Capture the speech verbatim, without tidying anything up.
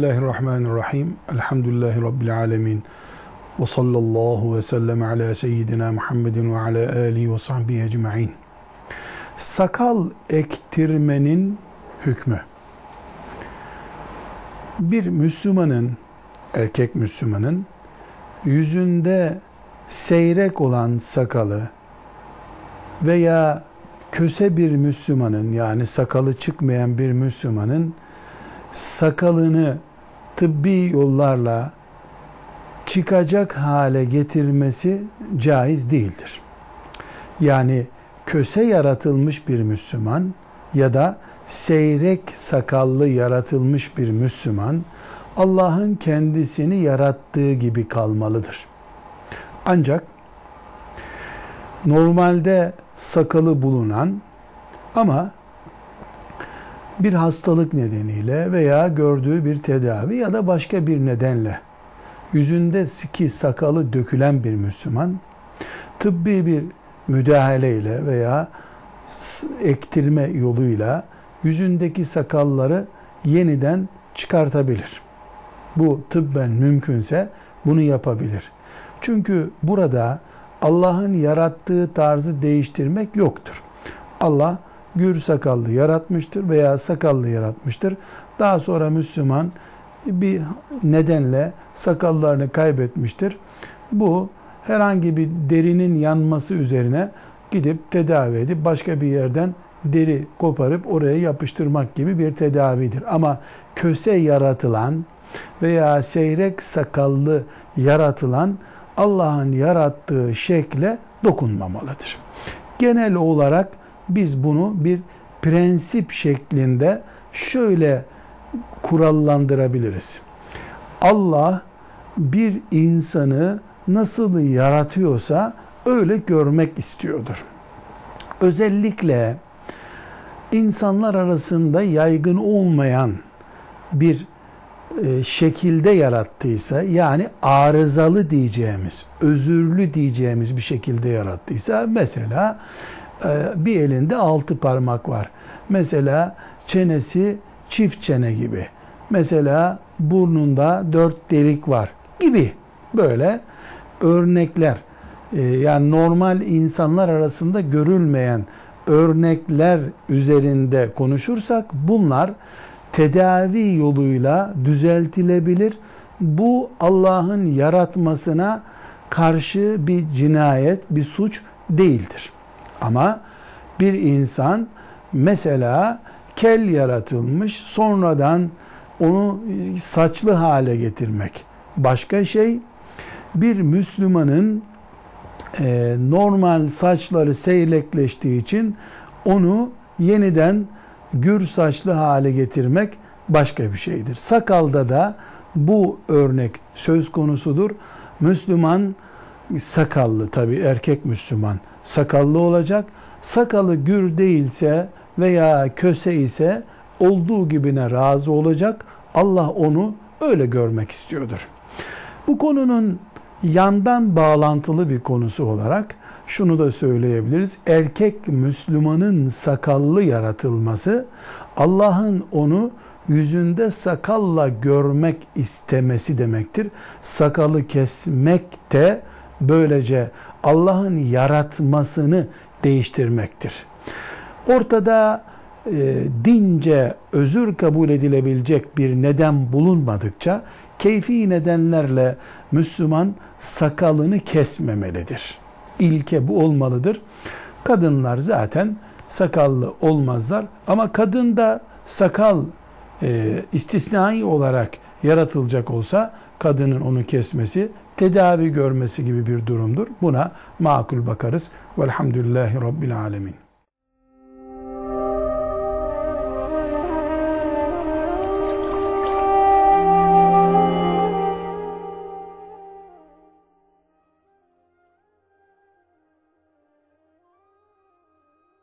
Bismillahirrahmanirrahim. Elhamdülillahi Rabbil alemin. Ve sallallahu ve sellem ala seyyidina Muhammedin ve ala alihi ve sahbihi ecma'in. Sakal ektirmenin hükmü. Bir Müslümanın, erkek Müslümanın yüzünde seyrek olan sakalı veya köse bir Müslümanın, yani sakalı çıkmayan bir Müslümanın sakalını tıbbi yollarla çıkacak hale getirmesi caiz değildir. Yani köse yaratılmış bir Müslüman ya da seyrek sakallı yaratılmış bir Müslüman Allah'ın kendisini yarattığı gibi kalmalıdır. Ancak normalde sakalı bulunan ama bir hastalık nedeniyle veya gördüğü bir tedavi ya da başka bir nedenle yüzündeki sakalı dökülen bir Müslüman tıbbi bir müdahaleyle veya ektirme yoluyla yüzündeki sakalları yeniden çıkartabilir. Bu tıbben mümkünse bunu yapabilir. Çünkü burada Allah'ın yarattığı tarzı değiştirmek yoktur. Allah gür sakallı yaratmıştır veya sakallı yaratmıştır. Daha sonra Müslüman bir nedenle sakallarını kaybetmiştir. Bu herhangi bir derinin yanması üzerine gidip tedavi edip başka bir yerden deri koparıp oraya yapıştırmak gibi bir tedavidir. Ama köse yaratılan veya seyrek sakallı yaratılan Allah'ın yarattığı şekle dokunmamalıdır. Genel olarak biz bunu bir prensip şeklinde şöyle kurallandırabiliriz. Allah bir insanı nasıl yaratıyorsa öyle görmek istiyordur. Özellikle insanlar arasında yaygın olmayan bir e, şekilde yarattıysa, yani arızalı diyeceğimiz, özürlü diyeceğimiz bir şekilde yarattıysa, mesela bir elinde altı parmak var. Mesela çenesi çift çene gibi. Mesela burnunda dört delik var gibi, böyle örnekler, yani normal insanlar arasında görülmeyen örnekler üzerinde konuşursak bunlar tedavi yoluyla düzeltilebilir. Bu Allah'ın yaratmasına karşı bir cinayet, bir suç değildir. Ama bir insan mesela kel yaratılmış, sonradan onu saçlı hale getirmek başka şey. Bir Müslümanın e, normal saçları seyrekleştiği için onu yeniden gür saçlı hale getirmek başka bir şeydir. Sakalda da bu örnek söz konusudur. Müslüman sakallı, tabii erkek Müslüman sakallı olacak. Sakalı gür değilse veya köse ise olduğu gibine razı olacak. Allah onu öyle görmek istiyordur. Bu konunun yandan bağlantılı bir konusu olarak şunu da söyleyebiliriz. Erkek Müslümanın sakallı yaratılması, Allah'ın onu yüzünde sakalla görmek istemesi demektir. Sakalı kesmek de böylece Allah'ın yaratmasını değiştirmektir. Ortada e, dince özür kabul edilebilecek bir neden bulunmadıkça keyfi nedenlerle Müslüman sakalını kesmemelidir. İlke bu olmalıdır. Kadınlar zaten sakallı olmazlar ama kadında sakal e, istisnai olarak yaratılacak olsa kadının onu kesmesi tedavi görmesi gibi bir durumdur. Buna makul bakarız. Velhamdülillahi Rabbil alemin.